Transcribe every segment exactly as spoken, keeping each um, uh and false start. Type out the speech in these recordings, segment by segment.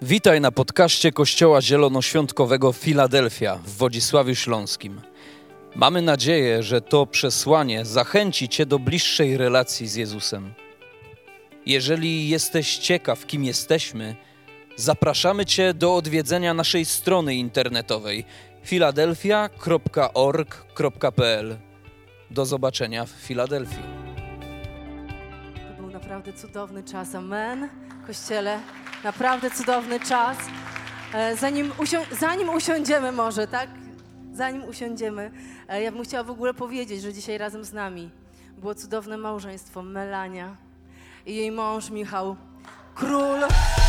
Witaj na podcaście Kościoła Zielonoświątkowego Filadelfia w Wodzisławiu Śląskim. Mamy nadzieję, że to przesłanie zachęci Cię do bliższej relacji z Jezusem. Jeżeli jesteś ciekaw, kim jesteśmy, zapraszamy Cię do odwiedzenia naszej strony internetowej filadelfia kropka org kropka p l. Do zobaczenia w Filadelfii. To był naprawdę cudowny czas, amen. Kościele, naprawdę cudowny czas. Zanim, usi- zanim usiądziemy może, tak? Zanim usiądziemy, ja bym chciała w ogóle powiedzieć, że dzisiaj razem z nami było cudowne małżeństwo Melania i jej mąż Michał Król.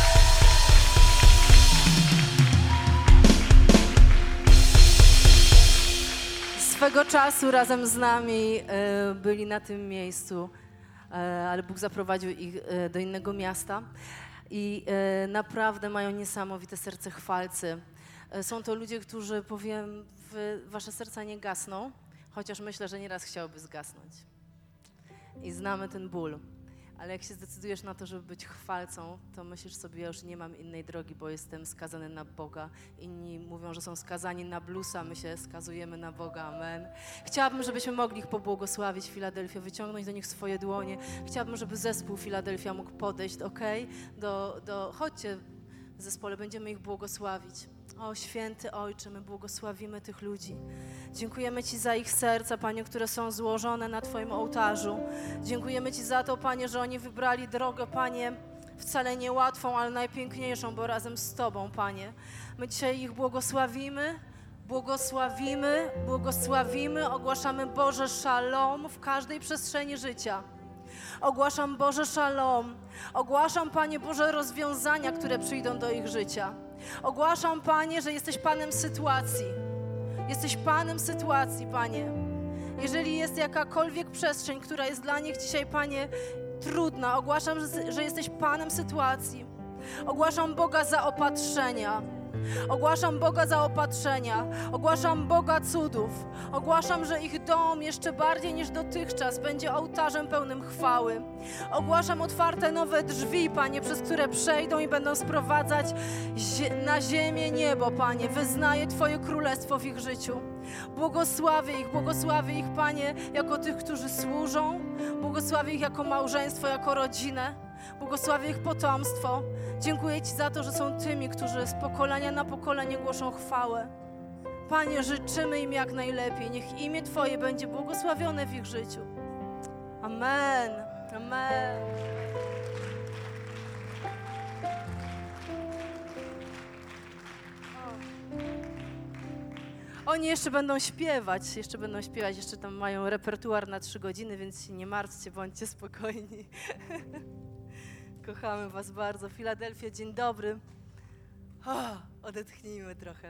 Swego czasu razem z nami byli na tym miejscu, ale Bóg zaprowadził ich do innego miasta i naprawdę mają niesamowite serce chwalcy. Są to ludzie, którzy, powiem, wasze serca nie gasną, chociaż myślę, że nieraz chciałoby zgasnąć. I znamy ten ból. Ale jak się zdecydujesz na to, żeby być chwalcą, to myślisz sobie, ja już nie mam innej drogi, bo jestem skazany na Boga. Inni mówią, że są skazani na bluesa, my się skazujemy na Boga. Amen. Chciałabym, żebyśmy mogli ich pobłogosławić, Filadelfia, wyciągnąć do nich swoje dłonie. Chciałabym, żeby zespół Filadelfia mógł podejść, okej? Do, do, chodźcie w zespole, będziemy ich błogosławić. O, święty Ojcze, my błogosławimy tych ludzi. Dziękujemy Ci za ich serca, Panie, które są złożone na Twoim ołtarzu. Dziękujemy Ci za to, Panie, że oni wybrali drogę, Panie, wcale niełatwą, ale najpiękniejszą, bo razem z Tobą, Panie. My dzisiaj ich błogosławimy, błogosławimy, błogosławimy, ogłaszamy Boże szalom w każdej przestrzeni życia. Ogłaszam Boże szalom, ogłaszam, Panie, Boże rozwiązania, które przyjdą do ich życia. Ogłaszam, Panie, że jesteś Panem sytuacji. Jesteś Panem sytuacji, Panie. Jeżeli jest jakakolwiek przestrzeń, która jest dla nich dzisiaj, Panie, trudna, ogłaszam, że jesteś Panem sytuacji. Ogłaszam Boga zaopatrzenia. Ogłaszam Boga zaopatrzenia. Ogłaszam Boga cudów. Ogłaszam, że ich dom jeszcze bardziej niż dotychczas będzie ołtarzem pełnym chwały. Ogłaszam otwarte nowe drzwi, Panie, przez które przejdą i będą sprowadzać na ziemię niebo, Panie. Wyznaję Twoje królestwo w ich życiu. Błogosławię ich, błogosławię ich, Panie, jako tych, którzy służą. Błogosławię ich jako małżeństwo, jako rodzinę. Błogosławię ich potomstwo. Dziękuję Ci za to, że są tymi, którzy z pokolenia na pokolenie głoszą chwałę. Panie, życzymy im jak najlepiej. Niech imię Twoje będzie błogosławione w ich życiu. Amen. Amen. Oni jeszcze będą śpiewać, jeszcze będą śpiewać, jeszcze tam mają repertuar na trzy godziny, więc się nie martwcie, bądźcie spokojni. Kochamy Was bardzo. Filadelfia, dzień dobry. O, odetchnijmy trochę.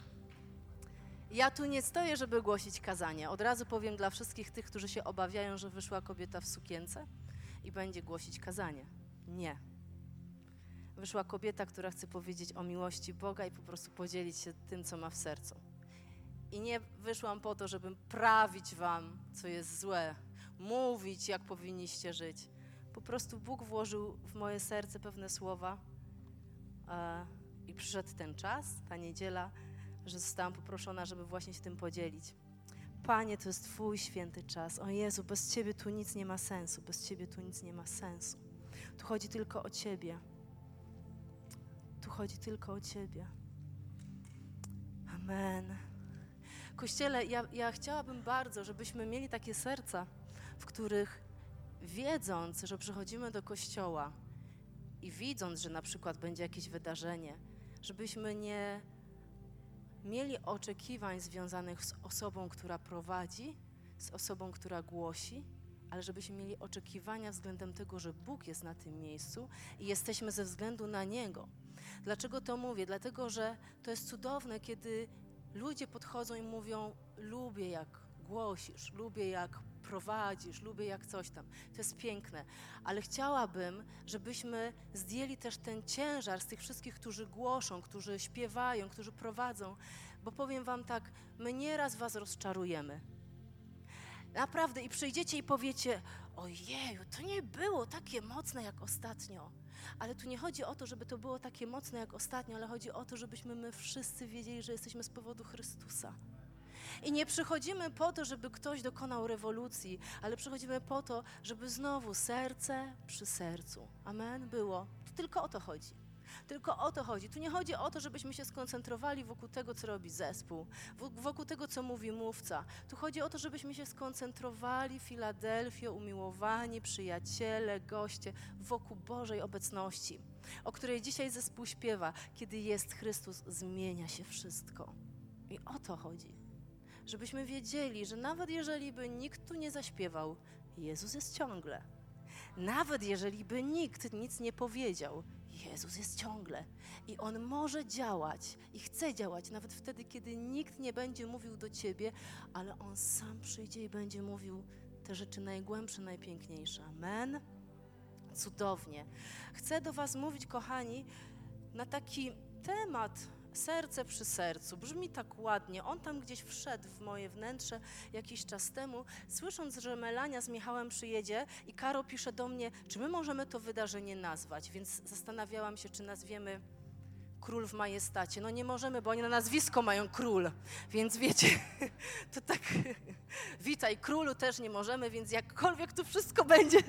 Ja tu nie stoję, żeby głosić kazania. Od razu powiem dla wszystkich tych, którzy się obawiają, że wyszła kobieta w sukience i będzie głosić kazanie. Nie. Wyszła kobieta, która chce powiedzieć o miłości Boga i po prostu podzielić się tym, co ma w sercu. I nie wyszłam po to, żeby prawić Wam, co jest złe, mówić, jak powinniście żyć. Po prostu Bóg włożył w moje serce pewne słowa e, i przyszedł ten czas, ta niedziela, że zostałam poproszona, żeby właśnie się tym podzielić. Panie, to jest Twój święty czas. O Jezu, bez Ciebie tu nic nie ma sensu. Bez Ciebie tu nic nie ma sensu. Tu chodzi tylko o Ciebie. Tu chodzi tylko o Ciebie. Amen. Kościele, ja, ja chciałabym bardzo, żebyśmy mieli takie serca, w których wiedząc, że przychodzimy do kościoła i widząc, że na przykład będzie jakieś wydarzenie, żebyśmy nie mieli oczekiwań związanych z osobą, która prowadzi, z osobą, która głosi, ale żebyśmy mieli oczekiwania względem tego, że Bóg jest na tym miejscu i jesteśmy ze względu na Niego. Dlaczego to mówię? Dlatego, że to jest cudowne, kiedy ludzie podchodzą i mówią, lubię jak głosisz, lubię jak prowadzisz, lubię jak coś tam. To jest piękne, ale chciałabym, żebyśmy zdjęli też ten ciężar z tych wszystkich, którzy głoszą, którzy śpiewają, którzy prowadzą, bo powiem Wam tak, my nieraz Was rozczarujemy. Naprawdę, i przyjdziecie i powiecie, ojeju, to nie było takie mocne jak ostatnio. Ale tu nie chodzi o to, żeby to było takie mocne jak ostatnio, ale chodzi o to, żebyśmy my wszyscy wiedzieli, że jesteśmy z powodu Chrystusa. I nie przychodzimy po to, żeby ktoś dokonał rewolucji, ale przychodzimy po to, żeby znowu serce przy sercu. Amen? Było. Tu tylko o to chodzi. Tylko o to chodzi. Tu nie chodzi o to, żebyśmy się skoncentrowali wokół tego, co robi zespół, wokół tego, co mówi mówca. Tu chodzi o to, żebyśmy się skoncentrowali, Filadelfio, umiłowani, przyjaciele, goście, wokół Bożej obecności, o której dzisiaj zespół śpiewa. Kiedy jest Chrystus, zmienia się wszystko. I o to chodzi. Żebyśmy wiedzieli, że nawet jeżeli by nikt tu nie zaśpiewał, Jezus jest ciągle. Nawet jeżeli by nikt nic nie powiedział, Jezus jest ciągle. I On może działać i chce działać nawet wtedy, kiedy nikt nie będzie mówił do Ciebie, ale On sam przyjdzie i będzie mówił te rzeczy najgłębsze, najpiękniejsze. Amen? Cudownie. Chcę do Was mówić, kochani, na taki temat serce przy sercu. Brzmi tak ładnie. On tam gdzieś wszedł w moje wnętrze jakiś czas temu, słysząc, że Melania z Michałem przyjedzie i Karo pisze do mnie, czy my możemy to wydarzenie nazwać, więc zastanawiałam się, czy nazwiemy Król w majestacie. No nie możemy, bo oni na nazwisko mają Król, więc wiecie, to tak witaj Królu też nie możemy, więc jakkolwiek tu wszystko będzie.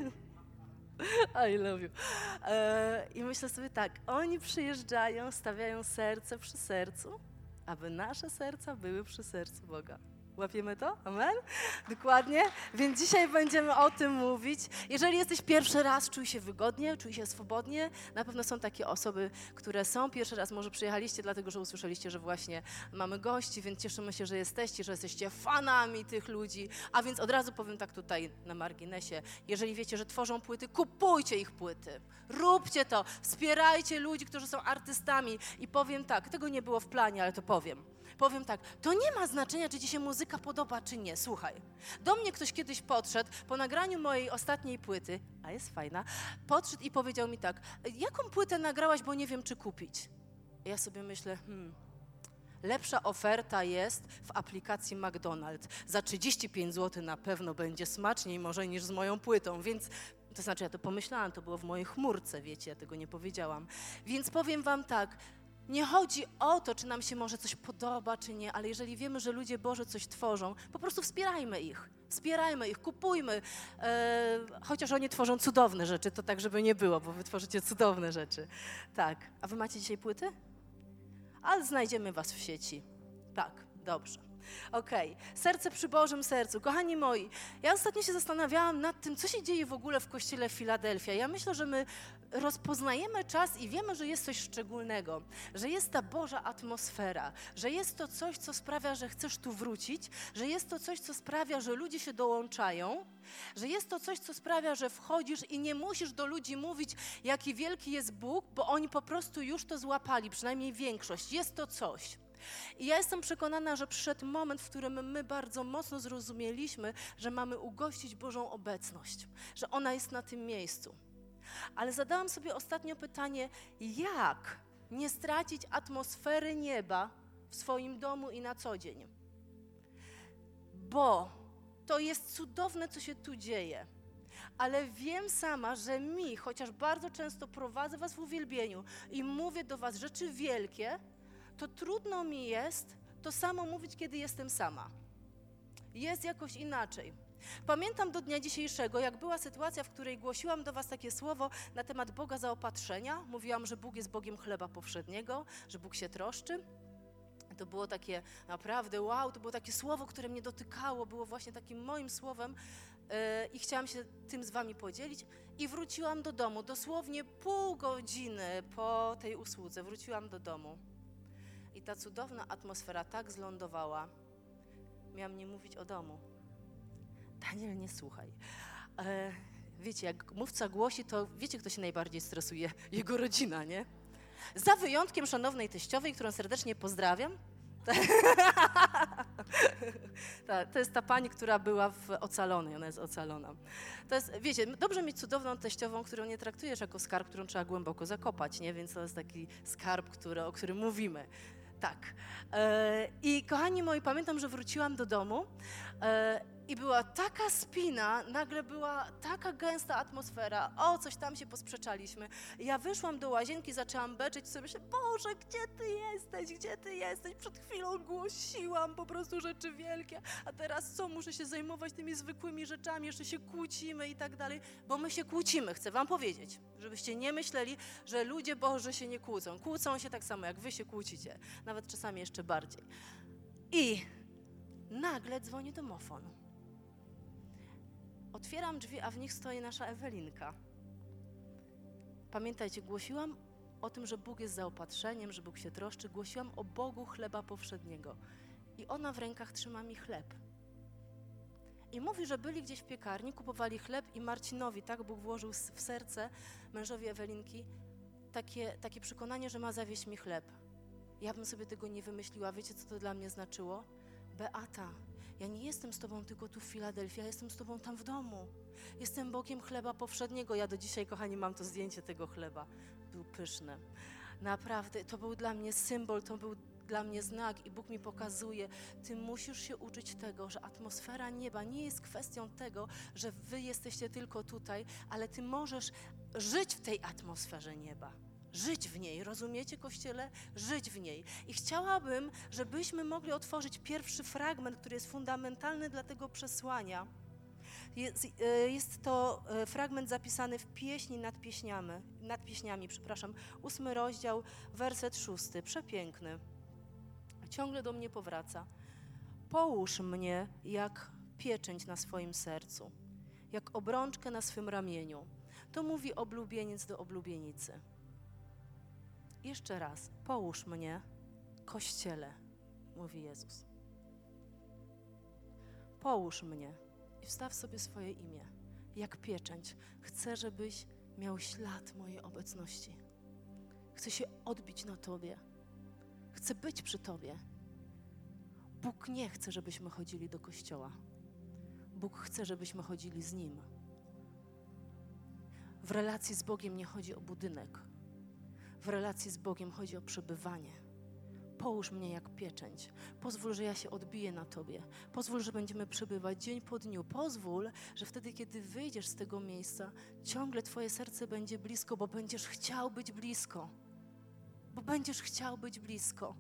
I love you. E, I myślę sobie tak, oni przyjeżdżają, stawiają serce przy sercu, aby nasze serca były przy sercu Boga. Łapiemy to? Amen? Dokładnie. Więc dzisiaj będziemy o tym mówić. Jeżeli jesteś pierwszy raz, czuj się wygodnie, czuj się swobodnie. Na pewno są takie osoby, które są pierwszy raz, może przyjechaliście dlatego, że usłyszeliście, że właśnie mamy gości, więc cieszymy się, że jesteście, że jesteście fanami tych ludzi. A więc od razu powiem tak tutaj na marginesie, jeżeli wiecie, że tworzą płyty, kupujcie ich płyty. Róbcie to. Wspierajcie ludzi, którzy są artystami. I powiem tak, tego nie było w planie, ale to powiem. Powiem tak, to nie ma znaczenia, czy ci się muzyka podoba, czy nie. Słuchaj, do mnie ktoś kiedyś podszedł po nagraniu mojej ostatniej płyty, a jest fajna, podszedł i powiedział mi tak, jaką płytę nagrałaś, bo nie wiem, czy kupić. Ja sobie myślę, hmm, lepsza oferta jest w aplikacji McDonald's. Za trzydzieści pięć złotych na pewno będzie smaczniej może niż z moją płytą, więc... To znaczy, ja to pomyślałam, to było w mojej chmurce, wiecie, ja tego nie powiedziałam. Więc powiem wam tak, nie chodzi o to, czy nam się może coś podoba, czy nie, ale jeżeli wiemy, że ludzie Boży coś tworzą, po prostu wspierajmy ich, wspierajmy ich, kupujmy, e, chociaż oni tworzą cudowne rzeczy, to tak, żeby nie było, bo wy tworzycie cudowne rzeczy. Tak, a wy macie dzisiaj płyty? Ale znajdziemy was w sieci. Tak, dobrze. Okej, okay. Serce przy Bożym sercu. Kochani moi, ja ostatnio się zastanawiałam nad tym, co się dzieje w ogóle w kościele Filadelfia. Ja myślę, że my rozpoznajemy czas i wiemy, że jest coś szczególnego, że jest ta Boża atmosfera, że jest to coś, co sprawia, że chcesz tu wrócić, że jest to coś, co sprawia, że ludzie się dołączają, że jest to coś, co sprawia, że wchodzisz i nie musisz do ludzi mówić, jaki wielki jest Bóg, bo oni po prostu już to złapali, przynajmniej większość. Jest to coś. I ja jestem przekonana, że przyszedł moment, w którym my bardzo mocno zrozumieliśmy, że mamy ugościć Bożą obecność, że ona jest na tym miejscu. Ale zadałam sobie ostatnio pytanie, jak nie stracić atmosfery nieba w swoim domu i na co dzień? Bo to jest cudowne, co się tu dzieje. Ale wiem sama, że mi, chociaż bardzo często prowadzę was w uwielbieniu i mówię do was rzeczy wielkie, to trudno mi jest to samo mówić, kiedy jestem sama. Jest jakoś inaczej. Pamiętam do dnia dzisiejszego, jak była sytuacja, w której głosiłam do was takie słowo na temat Boga zaopatrzenia. Mówiłam, że Bóg jest Bogiem chleba powszedniego, że Bóg się troszczy. To było takie naprawdę wow, to było takie słowo, które mnie dotykało, było właśnie takim moim słowem yy, i chciałam się tym z wami podzielić. I wróciłam do domu, dosłownie pół godziny po tej usłudze wróciłam do domu. I ta cudowna atmosfera tak zlądowała. Miałam nie mówić o domu. Daniel, nie słuchaj. E, wiecie, jak mówca głosi, to wiecie, kto się najbardziej stresuje? Jego rodzina, nie? Za wyjątkiem szanownej teściowej, którą serdecznie pozdrawiam. ta, to jest ta pani, która była w Ocalonej, ona jest ocalona. To jest, wiecie, dobrze mieć cudowną teściową, którą nie traktujesz jako skarb, którą trzeba głęboko zakopać, nie? Więc to jest taki skarb, który, o którym mówimy. Tak. E, I kochani moi, pamiętam, że wróciłam do domu e, I była taka spina, nagle była taka gęsta atmosfera, o, coś tam się posprzeczaliśmy. I ja wyszłam do łazienki, zaczęłam beczeć sobie, myślę, Boże, gdzie Ty jesteś, gdzie Ty jesteś? Przed chwilą głosiłam po prostu rzeczy wielkie, a teraz co, muszę się zajmować tymi zwykłymi rzeczami, jeszcze się kłócimy i tak dalej, bo my się kłócimy, chcę wam powiedzieć, żebyście nie myśleli, że ludzie Boży się nie kłócą. Kłócą się tak samo, jak wy się kłócicie, nawet czasami jeszcze bardziej. I nagle dzwoni domofon. Otwieram drzwi, a w nich stoi nasza Ewelinka. Pamiętajcie, głosiłam o tym, że Bóg jest zaopatrzeniem, że Bóg się troszczy. Głosiłam o Bogu chleba powszedniego. I ona w rękach trzyma mi chleb. I mówi, że byli gdzieś w piekarni, kupowali chleb i Marcinowi, tak Bóg włożył w serce mężowi Ewelinki takie, takie przekonanie, że ma zawieźć mi chleb. Ja bym sobie tego nie wymyśliła. Wiecie, co to dla mnie znaczyło? Beata, ja nie jestem z Tobą tylko tu w Filadelfii, ja jestem z Tobą tam w domu. Jestem Bogiem chleba powszedniego. Ja do dzisiaj, kochani, mam to zdjęcie tego chleba. Był pyszny. Naprawdę, to był dla mnie symbol, to był dla mnie znak i Bóg mi pokazuje, Ty musisz się uczyć tego, że atmosfera nieba nie jest kwestią tego, że Wy jesteście tylko tutaj, ale Ty możesz żyć w tej atmosferze nieba. Żyć w niej, rozumiecie, Kościele? Żyć w niej. I chciałabym, żebyśmy mogli otworzyć pierwszy fragment, który jest fundamentalny dla tego przesłania. Jest, jest to fragment zapisany w pieśni nad pieśniami, nad pieśniami, przepraszam, ósmy rozdział, werset szósty, przepiękny. Ciągle do mnie powraca. Połóż mnie jak pieczęć na swoim sercu, jak obrączkę na swym ramieniu. To mówi oblubieniec do oblubienicy. Jeszcze raz, połóż mnie, Kościele, mówi Jezus. Połóż mnie i wstaw sobie swoje imię, jak pieczęć. Chcę, żebyś miał ślad mojej obecności. Chcę się odbić na Tobie. Chcę być przy Tobie. Bóg nie chce, żebyśmy chodzili do kościoła. Bóg chce, żebyśmy chodzili z Nim. W relacji z Bogiem nie chodzi o budynek. W relacji z Bogiem chodzi o przebywanie. Połóż mnie jak pieczęć. Pozwól, że ja się odbiję na Tobie. Pozwól, że będziemy przebywać dzień po dniu. Pozwól, że wtedy, kiedy wyjdziesz z tego miejsca, ciągle Twoje serce będzie blisko, bo będziesz chciał być blisko. Bo będziesz chciał być blisko.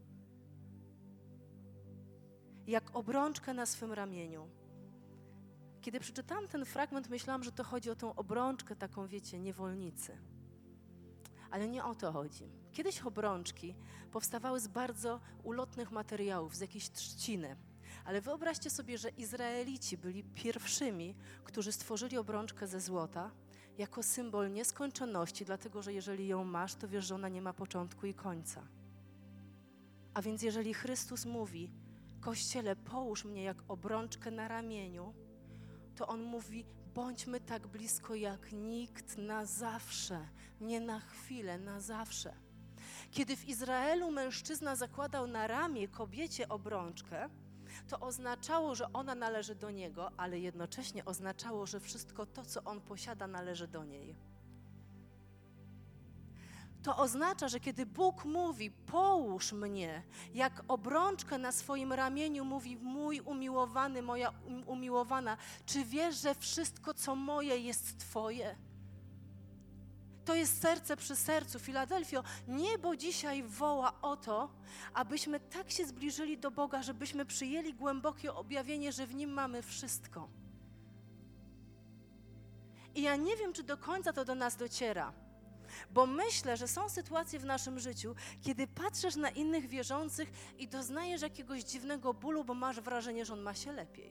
Jak obrączkę na swym ramieniu. Kiedy przeczytałam ten fragment, myślałam, że to chodzi o tą obrączkę taką, wiecie, niewolnicy. Ale nie o to chodzi. Kiedyś obrączki powstawały z bardzo ulotnych materiałów, z jakiejś trzciny. Ale wyobraźcie sobie, że Izraelici byli pierwszymi, którzy stworzyli obrączkę ze złota jako symbol nieskończoności, dlatego że jeżeli ją masz, to wiesz, że ona nie ma początku i końca. A więc jeżeli Chrystus mówi, Kościele, połóż mnie jak obrączkę na ramieniu, to On mówi, bądźmy tak blisko jak nikt na zawsze, nie na chwilę, na zawsze. Kiedy w Izraelu mężczyzna zakładał na ramię kobiecie obrączkę, to oznaczało, że ona należy do niego, ale jednocześnie oznaczało, że wszystko to, co on posiada, należy do niej. To oznacza, że kiedy Bóg mówi, połóż mnie, jak obrączkę na swoim ramieniu, mówi mój umiłowany, moja umiłowana, czy wiesz, że wszystko, co moje, jest Twoje? To jest serce przy sercu. Filadelfio, niebo dzisiaj woła o to, abyśmy tak się zbliżyli do Boga, żebyśmy przyjęli głębokie objawienie, że w Nim mamy wszystko. I ja nie wiem, czy do końca to do nas dociera. Bo myślę, że są sytuacje w naszym życiu, kiedy patrzysz na innych wierzących i doznajesz jakiegoś dziwnego bólu, bo masz wrażenie, że on ma się lepiej.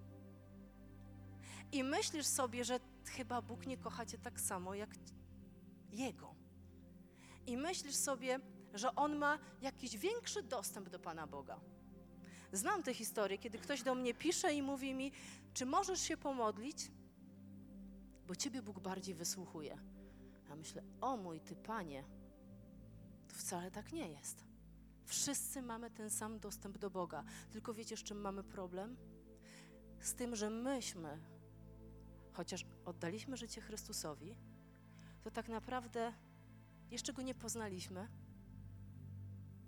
I myślisz sobie, że chyba Bóg nie kocha cię tak samo jak Jego. I myślisz sobie, że On ma jakiś większy dostęp do Pana Boga. Znam tę historię, kiedy ktoś do mnie pisze i mówi mi, czy możesz się pomodlić, bo Ciebie Bóg bardziej wysłuchuje. Ja myślę, o mój Ty Panie, to wcale tak nie jest. Wszyscy mamy ten sam dostęp do Boga. Tylko wiecie, z czym mamy problem? Z tym, że myśmy, chociaż oddaliśmy życie Chrystusowi, to tak naprawdę jeszcze Go nie poznaliśmy.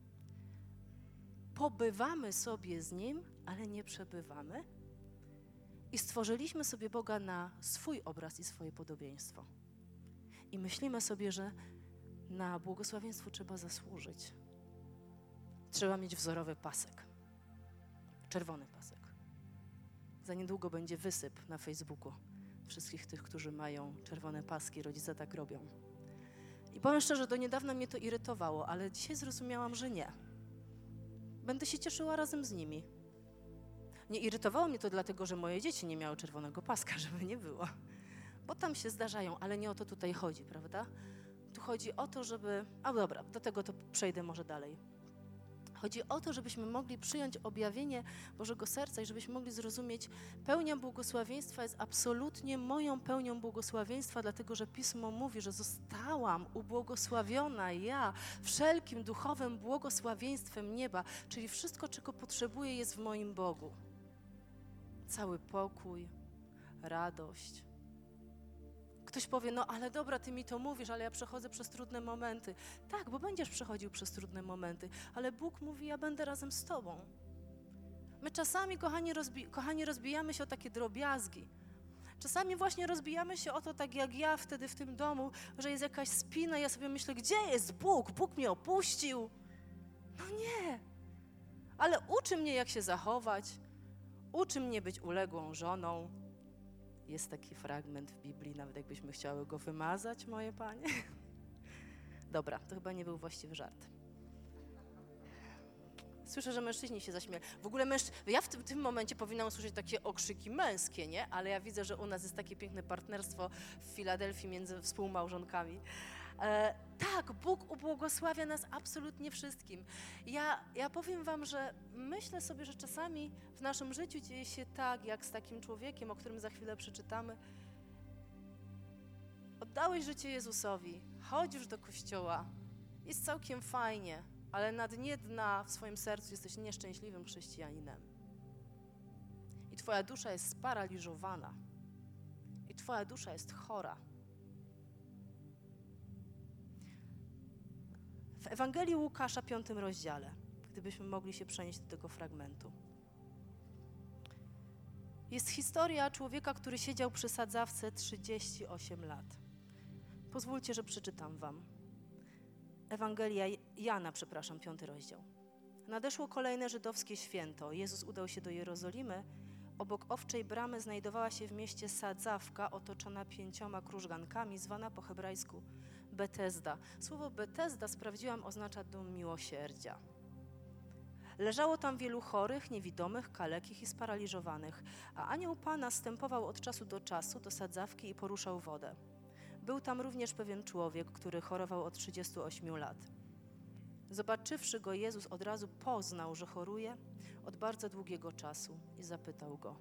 Pobywamy sobie z Nim, ale nie przebywamy. I stworzyliśmy sobie Boga na swój obraz i swoje podobieństwo. I myślimy sobie, że na błogosławieństwo trzeba zasłużyć. Trzeba mieć wzorowy pasek. Czerwony pasek. Za niedługo będzie wysyp na Facebooku wszystkich tych, którzy mają czerwone paski. Rodzice tak robią. I powiem szczerze, do niedawna mnie to irytowało, ale dzisiaj zrozumiałam, że nie. Będę się cieszyła razem z nimi. Nie irytowało mnie to dlatego, że moje dzieci nie miały czerwonego paska, żeby nie było. Bo tam się zdarzają, ale nie o to tutaj chodzi, prawda? Tu chodzi o to, żeby... A dobra, do tego to przejdę może dalej. Chodzi o to, żebyśmy mogli przyjąć objawienie Bożego Serca i żebyśmy mogli zrozumieć, pełnia błogosławieństwa jest absolutnie moją pełnią błogosławieństwa, dlatego że Pismo mówi, że zostałam ubłogosławiona ja wszelkim duchowym błogosławieństwem nieba, czyli wszystko, czego potrzebuję, jest w moim Bogu. Cały pokój, radość. Ktoś powie, no ale dobra, ty mi to mówisz, ale ja przechodzę przez trudne momenty. Tak, bo będziesz przechodził przez trudne momenty, ale Bóg mówi, ja będę razem z tobą. My czasami, kochani, rozbi- kochani, rozbijamy się o takie drobiazgi. Czasami właśnie rozbijamy się o to, tak jak ja wtedy w tym domu, że jest jakaś spina i ja sobie myślę, gdzie jest Bóg? Bóg mnie opuścił. No nie. Ale uczy mnie, jak się zachować. Uczy mnie być uległą żoną. Jest taki fragment w Biblii, nawet jakbyśmy chciały go wymazać, moje panie. Dobra, to chyba nie był właściwy żart. Słyszę, że mężczyźni się zaśmieją. W ogóle mężczyźni... Ja w tym, tym momencie powinnam usłyszeć takie okrzyki męskie, nie? Ale ja widzę, że u nas jest takie piękne partnerstwo w Filadelfii między współmałżonkami. E, tak, Bóg ubłogosławia nas absolutnie wszystkim. Ja, ja powiem wam, że myślę sobie, że czasami w naszym życiu dzieje się tak, jak z takim człowiekiem, o którym za chwilę przeczytamy. Oddałeś życie Jezusowi, chodzisz do kościoła, jest całkiem fajnie, ale na dnie dna w swoim sercu jesteś nieszczęśliwym chrześcijaninem. I twoja dusza jest sparaliżowana. I twoja dusza jest chora. W Ewangelii Łukasza, piątym rozdziale, gdybyśmy mogli się przenieść do tego fragmentu, jest historia człowieka, który siedział przy sadzawce trzydzieści osiem lat. Pozwólcie, że przeczytam wam. Ewangelia Jana, przepraszam, piąty rozdział. Nadeszło kolejne żydowskie święto. Jezus udał się do Jerozolimy. Obok owczej bramy znajdowała się w mieście sadzawka otoczona pięcioma krużgankami, zwana po hebrajsku Betesda. Słowo Betesda, sprawdziłam, oznacza dom miłosierdzia. Leżało tam wielu chorych, niewidomych, kalekich i sparaliżowanych, a anioł Pana stępował od czasu do czasu do sadzawki i poruszał wodę. Był tam również pewien człowiek, który chorował od trzydziestu ośmiu lat. Zobaczywszy go, Jezus od razu poznał, że choruje od bardzo długiego czasu i zapytał go: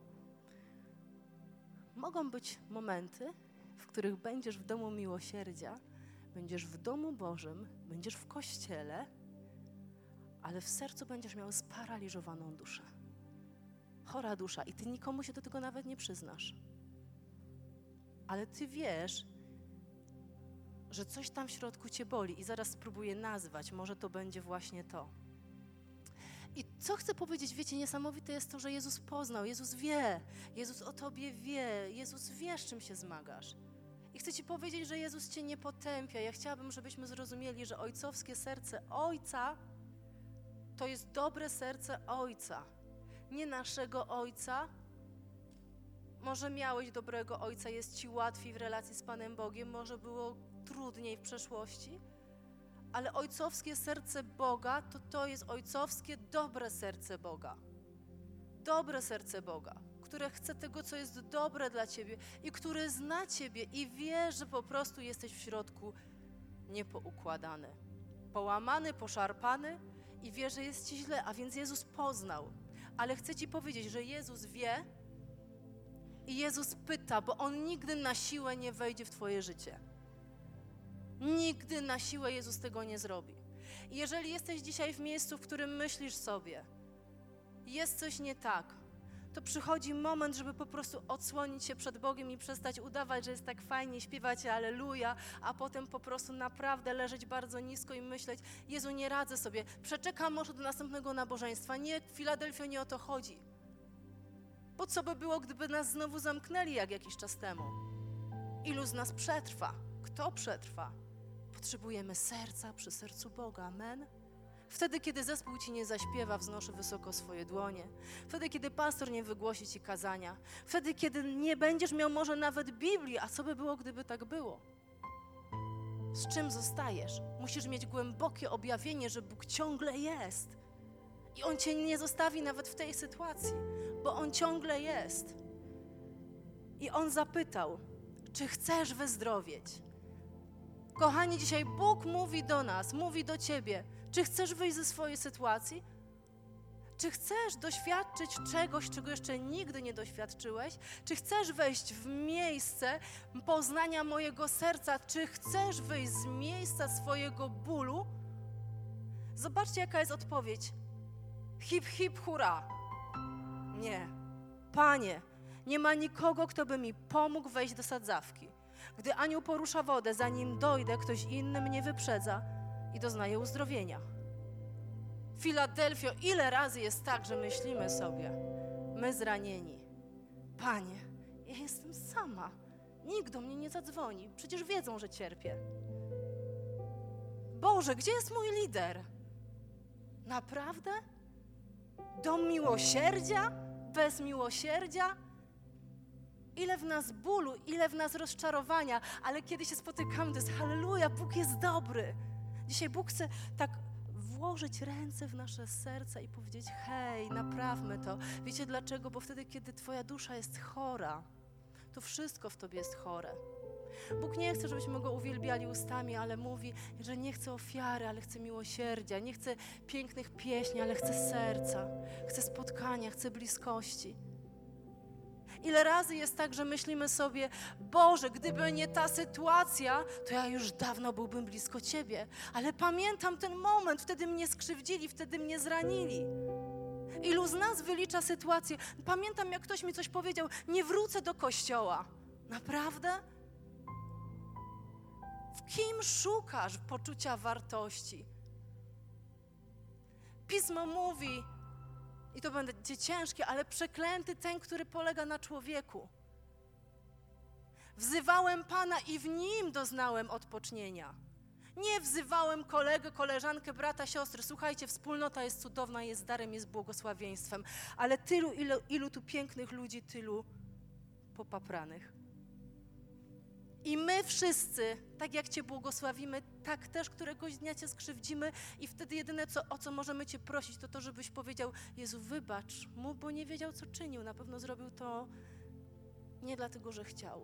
mogą być momenty, w których będziesz w domu miłosierdzia, będziesz w domu Bożym, będziesz w kościele, ale w sercu będziesz miał sparaliżowaną duszę. Chora dusza i ty nikomu się do tego nawet nie przyznasz. Ale ty wiesz, że coś tam w środku cię boli i zaraz spróbuję nazwać, może to będzie właśnie to. I co chcę powiedzieć, wiecie, niesamowite jest to, że Jezus poznał, Jezus wie, Jezus o tobie wie, Jezus wie, z czym się zmagasz. I chcę ci powiedzieć, że Jezus cię nie potępia. Ja chciałabym, żebyśmy zrozumieli, że ojcowskie serce Ojca to jest dobre serce Ojca, nie naszego Ojca. Może miałeś dobrego Ojca, jest ci łatwiej w relacji z Panem Bogiem, może było trudniej w przeszłości, ale ojcowskie serce Boga to to jest ojcowskie, dobre serce Boga. Dobre serce Boga, które chce tego, co jest dobre dla ciebie i które zna ciebie i wie, że po prostu jesteś w środku niepoukładany, połamany, poszarpany i wie, że jest ci źle, a więc Jezus poznał. Ale chcę ci powiedzieć, że Jezus wie i Jezus pyta, bo On nigdy na siłę nie wejdzie w twoje życie. Nigdy na siłę Jezus tego nie zrobi. I jeżeli jesteś dzisiaj w miejscu, w którym myślisz sobie, jest coś nie tak, to przychodzi moment, żeby po prostu odsłonić się przed Bogiem i przestać udawać, że jest tak fajnie, śpiewać Alleluja, a potem po prostu naprawdę leżeć bardzo nisko i myśleć: Jezu, nie radzę sobie, przeczekam może do następnego nabożeństwa. Nie, Filadelfio, nie o to chodzi. Bo co by było, gdyby nas znowu zamknęli jak jakiś czas temu? Ilu z nas przetrwa? Kto przetrwa? Potrzebujemy serca przy sercu Boga. Amen? Wtedy, kiedy zespół ci nie zaśpiewa, wznoszę wysoko swoje dłonie. Wtedy, kiedy pastor nie wygłosi ci kazania. Wtedy, kiedy nie będziesz miał może nawet Biblii. A co by było, gdyby tak było? Z czym zostajesz? Musisz mieć głębokie objawienie, że Bóg ciągle jest. I On cię nie zostawi nawet w tej sytuacji, bo On ciągle jest. I On zapytał, czy chcesz wyzdrowieć? Kochani, dzisiaj Bóg mówi do nas, mówi do ciebie, czy chcesz wyjść ze swojej sytuacji? Czy chcesz doświadczyć czegoś, czego jeszcze nigdy nie doświadczyłeś? Czy chcesz wejść w miejsce poznania mojego serca? Czy chcesz wyjść z miejsca swojego bólu? Zobaczcie, jaka jest odpowiedź. Hip, hip, hurra. Nie. Panie, nie ma nikogo, kto by mi pomógł wejść do sadzawki. Gdy anioł porusza wodę, zanim dojdę, ktoś inny mnie wyprzedza i doznaje uzdrowienia. Filadelfio, ile razy jest tak, że myślimy sobie, my zranieni. Panie, ja jestem sama. Nikt do mnie nie zadzwoni. Przecież wiedzą, że cierpię. Boże, gdzie jest mój lider? Naprawdę? Dom miłosierdzia? Bez miłosierdzia? Ile w nas bólu, ile w nas rozczarowania, ale kiedy się spotykamy, to jest halleluja, Bóg jest dobry. Dzisiaj Bóg chce tak włożyć ręce w nasze serca i powiedzieć, hej, naprawmy to. Wiecie dlaczego? Bo wtedy, kiedy twoja dusza jest chora, to wszystko w tobie jest chore. Bóg nie chce, żebyśmy Go uwielbiali ustami, ale mówi, że nie chce ofiary, ale chce miłosierdzia, nie chce pięknych pieśni, ale chce serca, chce spotkania, chce bliskości. Ile razy jest tak, że myślimy sobie, Boże, gdyby nie ta sytuacja, to ja już dawno byłbym blisko Ciebie. Ale pamiętam ten moment, wtedy mnie skrzywdzili, wtedy mnie zranili. Ilu z nas wylicza sytuację? Pamiętam, jak ktoś mi coś powiedział, nie wrócę do kościoła. Naprawdę? W kim szukasz poczucia wartości? Pismo mówi, i to będzie ciężkie, ale przeklęty ten, który polega na człowieku. Wzywałem Pana i w Nim doznałem odpocznienia. Nie wzywałem kolegę, koleżankę, brata, siostry. Słuchajcie, wspólnota jest cudowna, jest darem, jest błogosławieństwem, ale tylu, ilu, ilu tu pięknych ludzi, tylu popapranych. I my wszyscy, tak jak Cię błogosławimy, tak też któregoś dnia Cię skrzywdzimy i wtedy jedyne, co, o co możemy Cię prosić, to to, żebyś powiedział, Jezu, wybacz mu, bo nie wiedział, co czynił. Na pewno zrobił to nie dlatego, że chciał.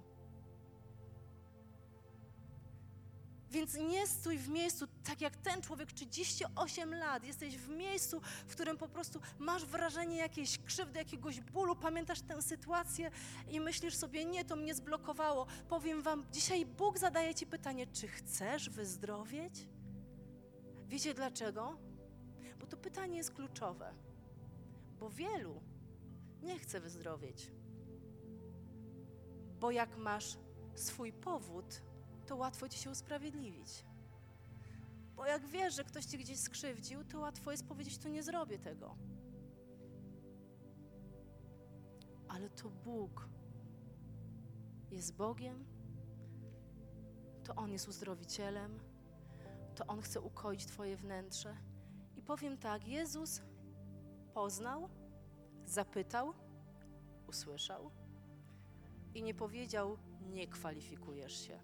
Więc nie stój w miejscu, tak jak ten człowiek, trzydzieści osiem lat, jesteś w miejscu, w którym po prostu masz wrażenie jakiejś krzywdy, jakiegoś bólu, pamiętasz tę sytuację i myślisz sobie, nie, to mnie zblokowało. Powiem wam, dzisiaj Bóg zadaje ci pytanie, czy chcesz wyzdrowieć? Wiecie dlaczego? Bo to pytanie jest kluczowe, bo wielu nie chce wyzdrowieć, bo jak masz swój powód, to łatwo ci się usprawiedliwić. Bo jak wiesz, że ktoś ci gdzieś skrzywdził, to łatwo jest powiedzieć, to nie zrobię tego. Ale to Bóg jest Bogiem, to On jest uzdrowicielem, to On chce ukoić twoje wnętrze. I powiem tak, Jezus poznał, zapytał, usłyszał i nie powiedział, nie kwalifikujesz się.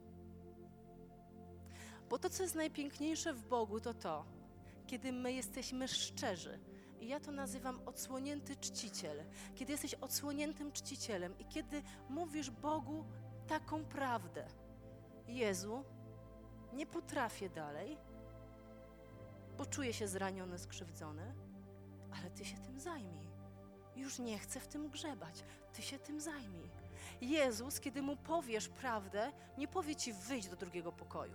Bo to, co jest najpiękniejsze w Bogu, to to, kiedy my jesteśmy szczerzy. I ja to nazywam odsłonięty czciciel. Kiedy jesteś odsłoniętym czcicielem i kiedy mówisz Bogu taką prawdę. Jezu, nie potrafię dalej, bo czuję się zraniony, skrzywdzony, ale Ty się tym zajmij. Już nie chcę w tym grzebać. Ty się tym zajmij. Jezus, kiedy Mu powiesz prawdę, nie powie Ci wyjść do drugiego pokoju.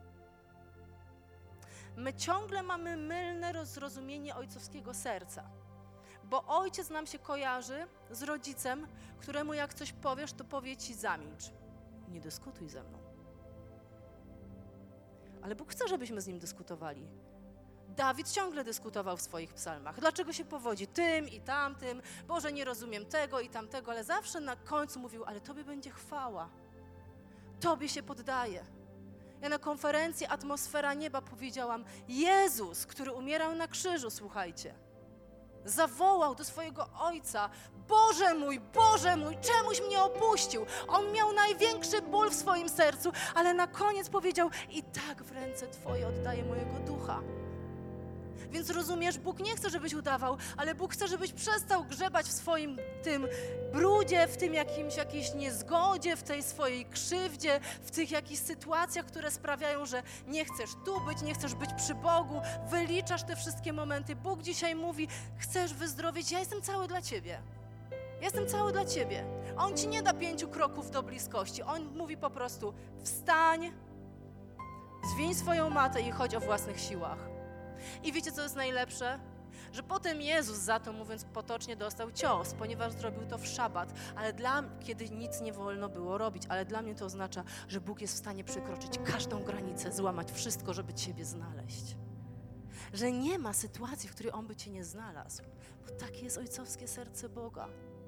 My ciągle mamy mylne zrozumienie ojcowskiego serca, bo ojciec nam się kojarzy z rodzicem, któremu jak coś powiesz, to powie ci zamilcz. Nie dyskutuj ze mną. Ale Bóg chce, żebyśmy z Nim dyskutowali. Dawid ciągle dyskutował w swoich psalmach. Dlaczego się powodzi tym i tamtym? Boże, nie rozumiem tego i tamtego, ale zawsze na końcu mówił, ale Tobie będzie chwała. Tobie się poddaję. Ja na konferencji Atmosfera Nieba powiedziałam, Jezus, który umierał na krzyżu, słuchajcie, zawołał do swojego Ojca, Boże mój, Boże mój, czemuś mnie opuścił? On miał największy ból w swoim sercu, ale na koniec powiedział, i tak w ręce Twoje oddaję mojego ducha. Więc rozumiesz, Bóg nie chce, żebyś udawał, ale Bóg chce, żebyś przestał grzebać w swoim tym brudzie, w tym jakimś jakiejś niezgodzie, w tej swojej krzywdzie, w tych jakichś sytuacjach, które sprawiają, że nie chcesz tu być, nie chcesz być przy Bogu, wyliczasz te wszystkie momenty. Bóg dzisiaj mówi, chcesz wyzdrowieć, ja jestem cały dla Ciebie. Ja jestem cały dla Ciebie. On Ci nie da pięciu kroków do bliskości. On mówi po prostu, wstań, zwiń swoją matę i chodź o własnych siłach. I wiecie, co jest najlepsze? Że potem Jezus za to, mówiąc potocznie, dostał cios, ponieważ zrobił to w szabat, ale dla kiedy nic nie wolno było robić, ale dla mnie to oznacza, że Bóg jest w stanie przekroczyć każdą granicę, złamać wszystko, żeby Ciebie znaleźć. Że nie ma sytuacji, w której On by Cię nie znalazł, bo takie jest ojcowskie serce Boga.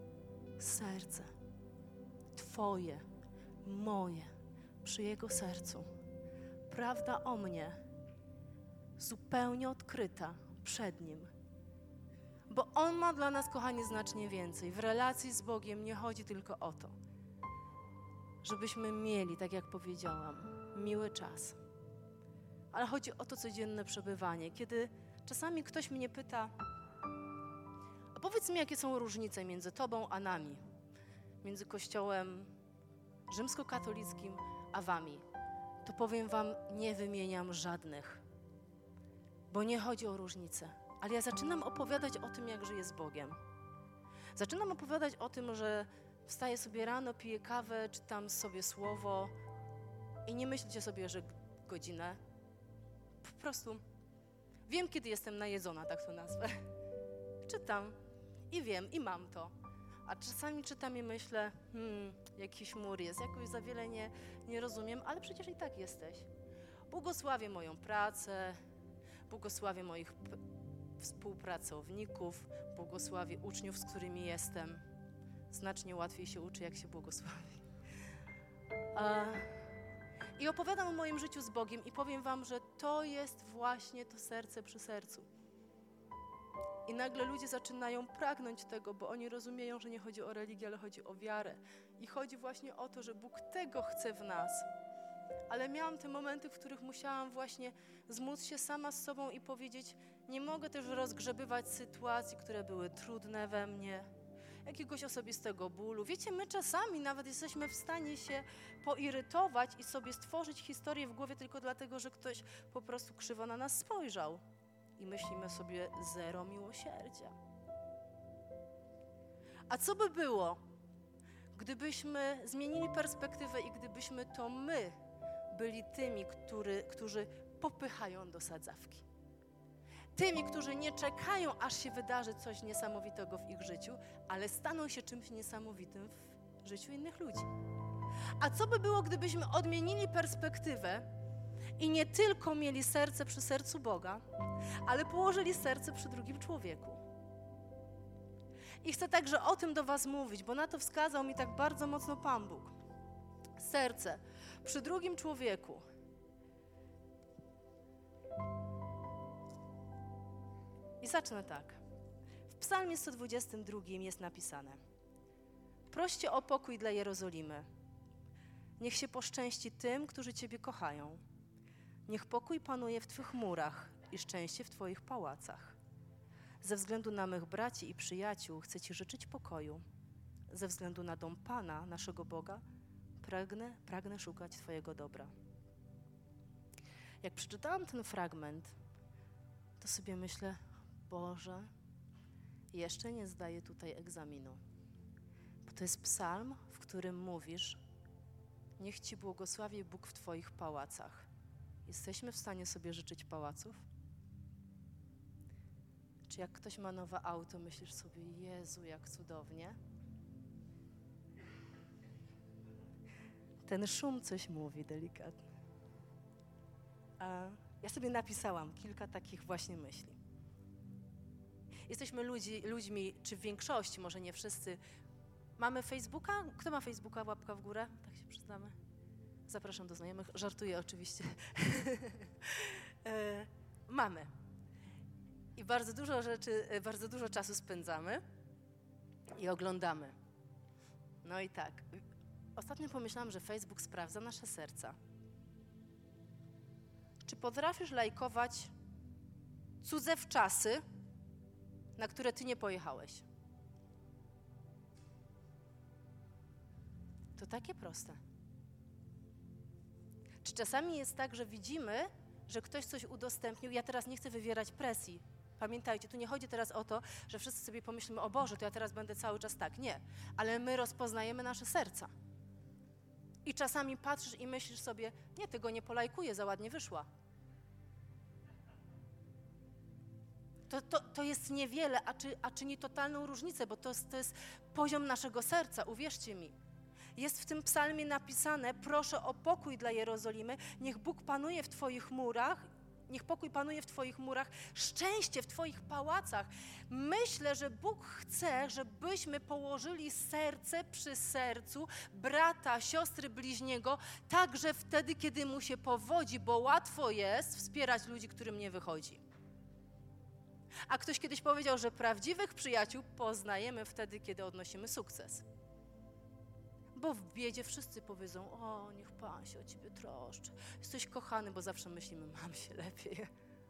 Serce Twoje, moje, przy Jego sercu. Prawda o mnie zupełnie odkryta przed Nim. Bo On ma dla nas, kochani, znacznie więcej. W relacji z Bogiem nie chodzi tylko o to, żebyśmy mieli, tak jak powiedziałam, miły czas. Ale chodzi o to codzienne przebywanie. Kiedy czasami ktoś mnie pyta, a powiedz mi, jakie są różnice między Tobą a nami, między Kościołem rzymskokatolickim a Wami, to powiem Wam, nie wymieniam żadnych. Bo nie chodzi o różnicę, ale ja zaczynam opowiadać o tym, jak żyję z Bogiem. Zaczynam opowiadać o tym, że wstaję sobie rano, piję kawę, czytam sobie słowo i nie myślcie sobie, że godzinę. Po prostu wiem, kiedy jestem najedzona, tak to nazwę. Czytam i wiem, i mam to. A czasami czytam i myślę, hmm, jakiś mur jest, jakoś za wiele nie, nie rozumiem, ale przecież i tak jesteś. Błogosławię moją pracę, błogosławię moich p- współpracowników, błogosławię uczniów, z którymi jestem. Znacznie łatwiej się uczy, jak się błogosławi. A, I opowiadam o moim życiu z Bogiem i powiem Wam, że to jest właśnie to serce przy sercu. I nagle ludzie zaczynają pragnąć tego, bo oni rozumieją, że nie chodzi o religię, ale chodzi o wiarę. I chodzi właśnie o to, że Bóg tego chce w nas. Ale miałam te momenty, w których musiałam właśnie zmóc się sama z sobą i powiedzieć, nie mogę też rozgrzebywać sytuacji, które były trudne we mnie, jakiegoś osobistego bólu. Wiecie, my czasami nawet jesteśmy w stanie się poirytować i sobie stworzyć historię w głowie tylko dlatego, że ktoś po prostu krzywo na nas spojrzał. I myślimy sobie, zero miłosierdzia. A co by było, gdybyśmy zmienili perspektywę i gdybyśmy to my byli tymi, który, którzy popychają do sadzawki. Tymi, którzy nie czekają, aż się wydarzy coś niesamowitego w ich życiu, ale staną się czymś niesamowitym w życiu innych ludzi. A co by było, gdybyśmy odmienili perspektywę i nie tylko mieli serce przy sercu Boga, ale położyli serce przy drugim człowieku? I chcę także o tym do was mówić, bo na to wskazał mi tak bardzo mocno Pan Bóg. Serce przy drugim człowieku. I zacznę tak. W Psalmie sto dwudziestym drugim jest napisane: proście o pokój dla Jerozolimy. Niech się poszczęści tym, którzy Ciebie kochają. Niech pokój panuje w Twych murach i szczęście w Twoich pałacach. Ze względu na mych braci i przyjaciół chcę Ci życzyć pokoju. Ze względu na dom Pana, naszego Boga, pragnę, pragnę szukać Twojego dobra. Jak przeczytałam ten fragment, to sobie myślę, Boże, jeszcze nie zdaję tutaj egzaminu. Bo to jest psalm, w którym mówisz, niech Ci błogosławi Bóg w Twoich pałacach. Jesteśmy w stanie sobie życzyć pałaców? Czy jak ktoś ma nowe auto, myślisz sobie, Jezu, jak cudownie? Ten szum coś mówi delikatnie. A Ja sobie napisałam kilka takich właśnie myśli. Jesteśmy ludzi, ludźmi, czy w większości, może nie wszyscy, mamy Facebooka? Kto ma Facebooka? Łapka w górę? Tak się przyznamy. Zapraszam do znajomych. Żartuję oczywiście. e, mamy. I bardzo dużo rzeczy, bardzo dużo czasu spędzamy i oglądamy. No i tak. Ostatnio pomyślałam, że Facebook sprawdza nasze serca. Czy potrafisz lajkować cudze wczasy, na które ty nie pojechałeś? To takie proste. Czy czasami jest tak, że widzimy, że ktoś coś udostępnił? Ja teraz nie chcę wywierać presji. Pamiętajcie, tu nie chodzi teraz o to, że wszyscy sobie pomyślimy, o Boże, to ja teraz będę cały czas tak. Nie, ale my rozpoznajemy nasze serca. I czasami patrzysz i myślisz sobie, nie, tego nie polajkuję, za ładnie wyszła. To, to, to jest niewiele, a, czy, a czyni totalną różnicę, bo to jest, to jest poziom naszego serca, uwierzcie mi. Jest w tym psalmie napisane, proszę o pokój dla Jerozolimy, niech Bóg panuje w twoich murach, niech pokój panuje w twoich murach, szczęście w twoich pałacach. Myślę, że Bóg chce, żebyśmy położyli serce przy sercu brata, siostry, bliźniego, także wtedy, kiedy mu się powodzi, bo łatwo jest wspierać ludzi, którym nie wychodzi. A ktoś kiedyś powiedział, że prawdziwych przyjaciół poznajemy wtedy, kiedy odnosimy sukces. Bo w biedzie wszyscy powiedzą, o, niech Pan się o ciebie troszczy. Jesteś kochany, bo zawsze myślimy, mam się lepiej.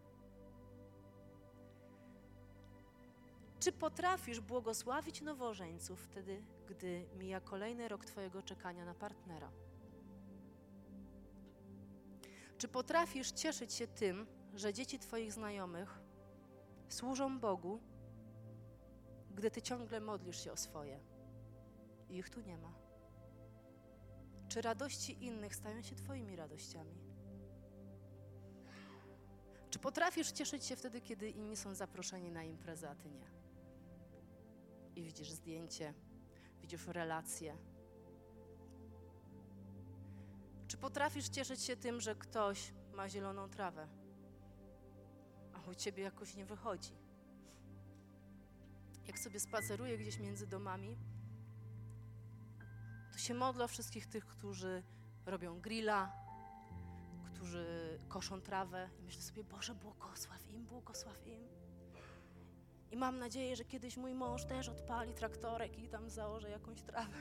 Czy potrafisz błogosławić nowożeńców wtedy, gdy mija kolejny rok twojego czekania na partnera? Czy potrafisz cieszyć się tym, że dzieci twoich znajomych służą Bogu, gdy ty ciągle modlisz się o swoje i ich tu nie ma? Czy radości innych stają się twoimi radościami? Czy potrafisz cieszyć się wtedy, kiedy inni są zaproszeni na imprezę, a ty nie? I widzisz zdjęcie, widzisz relacje. Czy potrafisz cieszyć się tym, że ktoś ma zieloną trawę, a u ciebie jakoś nie wychodzi? Jak sobie spaceruję gdzieś między domami, to się modlę o wszystkich tych, którzy robią grilla, którzy koszą trawę. I myślę sobie, Boże, błogosław im, błogosław im. I mam nadzieję, że kiedyś mój mąż też odpali traktorek i tam zaorze jakąś trawę.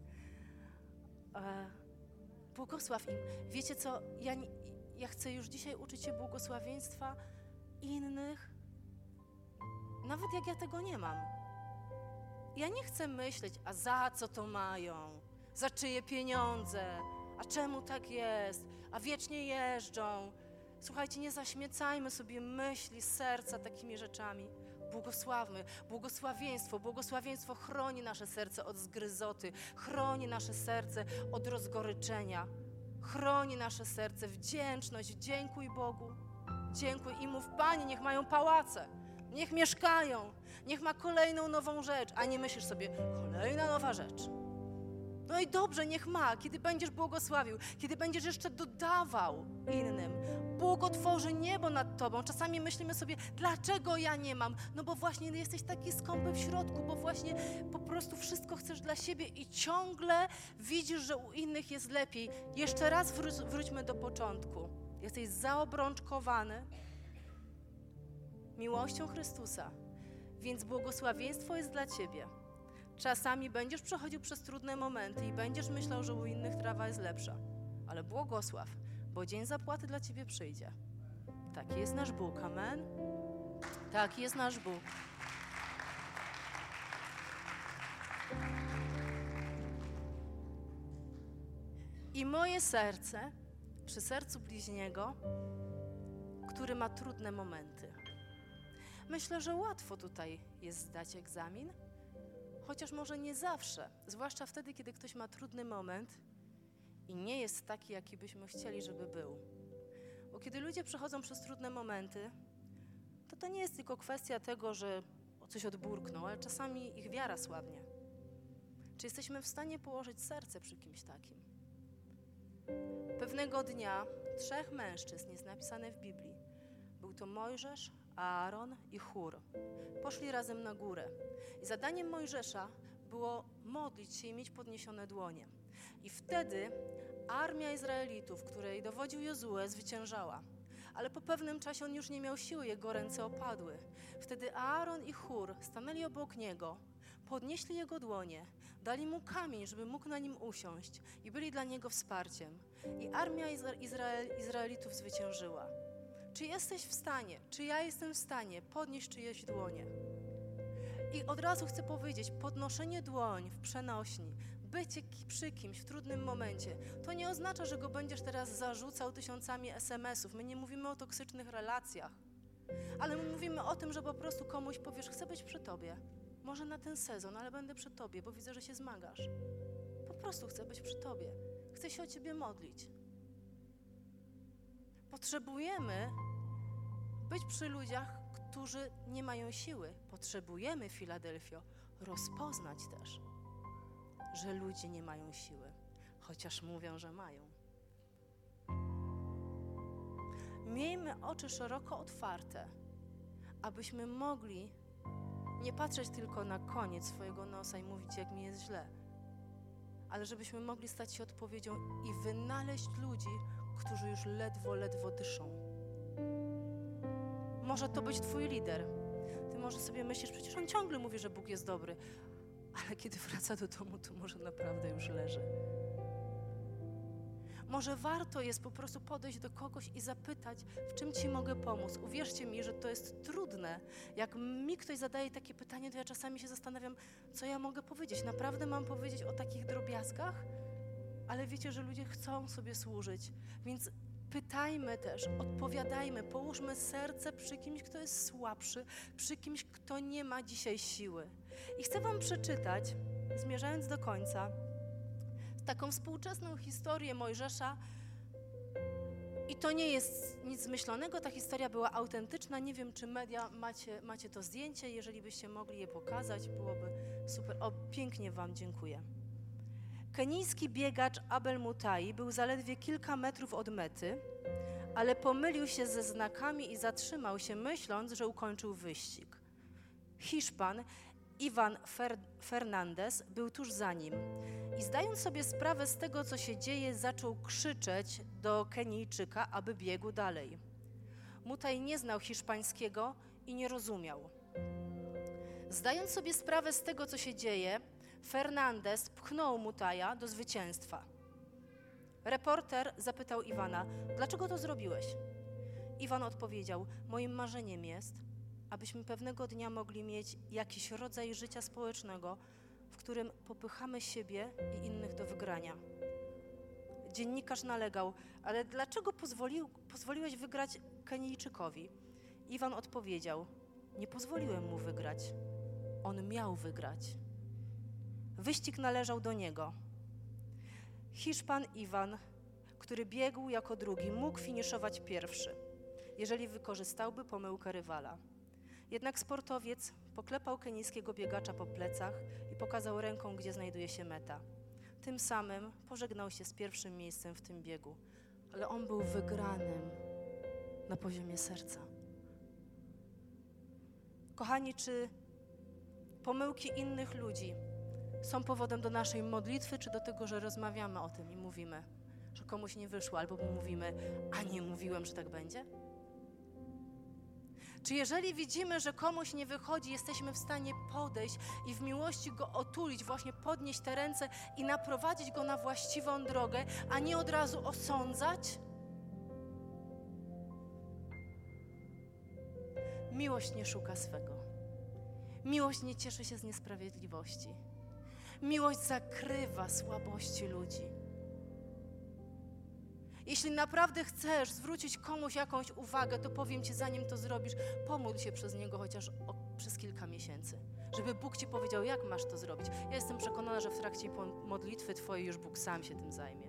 E, błogosław im. Wiecie co, ja, ja chcę już dzisiaj uczyć się błogosławieństwa innych, nawet jak ja tego nie mam. Ja nie chcę myśleć, a za co to mają, za czyje pieniądze, a czemu tak jest, a wiecznie jeżdżą. Słuchajcie, nie zaśmiecajmy sobie myśli, serca takimi rzeczami. Błogosławmy. Błogosławieństwo. Błogosławieństwo chroni nasze serce od zgryzoty, chroni nasze serce od rozgoryczenia, chroni nasze serce wdzięczność. Dziękuj Bogu. Dziękuj i mów, Panie, niech mają pałace, niech mieszkają, niech ma kolejną nową rzecz, a nie myślisz sobie, kolejna nowa rzecz. No i dobrze, niech ma, kiedy będziesz błogosławił, kiedy będziesz jeszcze dodawał innym. Bóg otworzy niebo nad tobą. Czasami myślimy sobie, dlaczego ja nie mam? No bo właśnie jesteś taki skąpy w środku, bo właśnie po prostu wszystko chcesz dla siebie i ciągle widzisz, że u innych jest lepiej. Jeszcze raz wró- wróćmy do początku. Jesteś zaobrączkowany miłością Chrystusa, więc błogosławieństwo jest dla ciebie. Czasami będziesz przechodził przez trudne momenty i będziesz myślał, że u innych trawa jest lepsza, ale błogosław, bo dzień zapłaty dla ciebie przyjdzie. Taki jest nasz Bóg, amen? Taki jest nasz Bóg. I moje serce przy sercu bliźniego, który ma trudne momenty. Myślę, że łatwo tutaj jest zdać egzamin, chociaż może nie zawsze, zwłaszcza wtedy, kiedy ktoś ma trudny moment i nie jest taki, jaki byśmy chcieli, żeby był. Bo kiedy ludzie przechodzą przez trudne momenty, to to nie jest tylko kwestia tego, że o coś odburkną, ale czasami ich wiara słabnie. Czy jesteśmy w stanie położyć serce przy kimś takim? Pewnego dnia trzech mężczyzn, jest napisane w Biblii, Był to Mojżesz, Aaron i Hur. Poszli razem na górę. I zadaniem Mojżesza było modlić się i mieć podniesione dłonie. I wtedy armia Izraelitów, której dowodził Jozue, zwyciężała. Ale po pewnym czasie on już nie miał siły, jego ręce opadły. Wtedy Aaron i Hur stanęli obok niego, podnieśli jego dłonie, dali mu kamień, żeby mógł na nim usiąść i byli dla niego wsparciem. I armia Izrael, Izraelitów zwyciężyła. Czy jesteś w stanie, czy ja jestem w stanie podnieść czyjeś dłonie? I od razu chcę powiedzieć, podnoszenie dłoń w przenośni, bycie przy kimś w trudnym momencie, to nie oznacza, że go będziesz teraz zarzucał tysiącami es em esów. My nie mówimy o toksycznych relacjach, ale my mówimy o tym, że po prostu komuś powiesz, chcę być przy tobie. Może na ten sezon, ale będę przy tobie, bo widzę, że się zmagasz. Po prostu chcę być przy tobie. Chcę się o ciebie modlić. Potrzebujemy być przy ludziach, którzy nie mają siły. Potrzebujemy, Filadelfio, rozpoznać też, że ludzie nie mają siły, chociaż mówią, że mają. Miejmy oczy szeroko otwarte, abyśmy mogli nie patrzeć tylko na koniec swojego nosa i mówić, jak mi jest źle, ale żebyśmy mogli stać się odpowiedzią i wynaleźć ludzi, którzy już ledwo, ledwo dyszą. Może to być twój lider. Ty może sobie myślisz, przecież on ciągle mówi, że Bóg jest dobry, ale kiedy wraca do domu, to może naprawdę już leży. Może warto jest po prostu podejść do kogoś i zapytać, w czym ci mogę pomóc. Uwierzcie mi, że to jest trudne. Jak mi ktoś zadaje takie pytanie, to ja czasami się zastanawiam, co ja mogę powiedzieć. Naprawdę mam powiedzieć o takich drobiazgach? Ale wiecie, że ludzie chcą sobie służyć, więc pytajmy też, odpowiadajmy, połóżmy serce przy kimś, kto jest słabszy, przy kimś, kto nie ma dzisiaj siły. I chcę wam przeczytać, zmierzając do końca, taką współczesną historię Mojżesza. I to nie jest nic zmyślonego, ta historia była autentyczna. Nie wiem, czy media macie, macie to zdjęcie, jeżeli byście mogli je pokazać, byłoby super. O, pięknie wam dziękuję. Kenijski biegacz Abel Mutai był zaledwie kilka metrów od mety, ale pomylił się ze znakami i zatrzymał się, myśląc, że ukończył wyścig. Hiszpan Iwan Fer- Fernandez był tuż za nim i zdając sobie sprawę z tego, co się dzieje, zaczął krzyczeć do Kenijczyka, aby biegł dalej. Mutaj nie znał hiszpańskiego i nie rozumiał. Zdając sobie sprawę z tego, co się dzieje, Fernandez pchnął Mutaja do zwycięstwa. Reporter zapytał Iwana, dlaczego to zrobiłeś? Iwan odpowiedział, moim marzeniem jest, abyśmy pewnego dnia mogli mieć jakiś rodzaj życia społecznego, w którym popychamy siebie i innych do wygrania. Dziennikarz nalegał, ale dlaczego pozwolił, pozwoliłeś wygrać Kenijczykowi? Iwan odpowiedział, nie pozwoliłem mu wygrać, on miał wygrać. Wyścig należał do niego. Hiszpan Iwan, który biegł jako drugi, mógł finiszować pierwszy, jeżeli wykorzystałby pomyłkę rywala. Jednak sportowiec poklepał kenijskiego biegacza po plecach i pokazał ręką, gdzie znajduje się meta. Tym samym pożegnał się z pierwszym miejscem w tym biegu, ale on był wygranym na poziomie serca. Kochani, czy pomyłki innych ludzi są powodem do naszej modlitwy, czy do tego, że rozmawiamy o tym i mówimy, że komuś nie wyszło, albo mówimy, a nie mówiłem, że tak będzie? Czy jeżeli widzimy, że komuś nie wychodzi, jesteśmy w stanie podejść i w miłości go otulić, właśnie podnieść te ręce i naprowadzić go na właściwą drogę, a nie od razu osądzać? Miłość nie szuka swego. Miłość nie cieszy się z niesprawiedliwości. Miłość zakrywa słabości ludzi. Jeśli naprawdę chcesz zwrócić komuś jakąś uwagę, to powiem ci, zanim to zrobisz, pomódl się przez niego chociaż o, przez kilka miesięcy, żeby Bóg ci powiedział, jak masz to zrobić. Ja jestem przekonana, że w trakcie modlitwy twojej już Bóg sam się tym zajmie.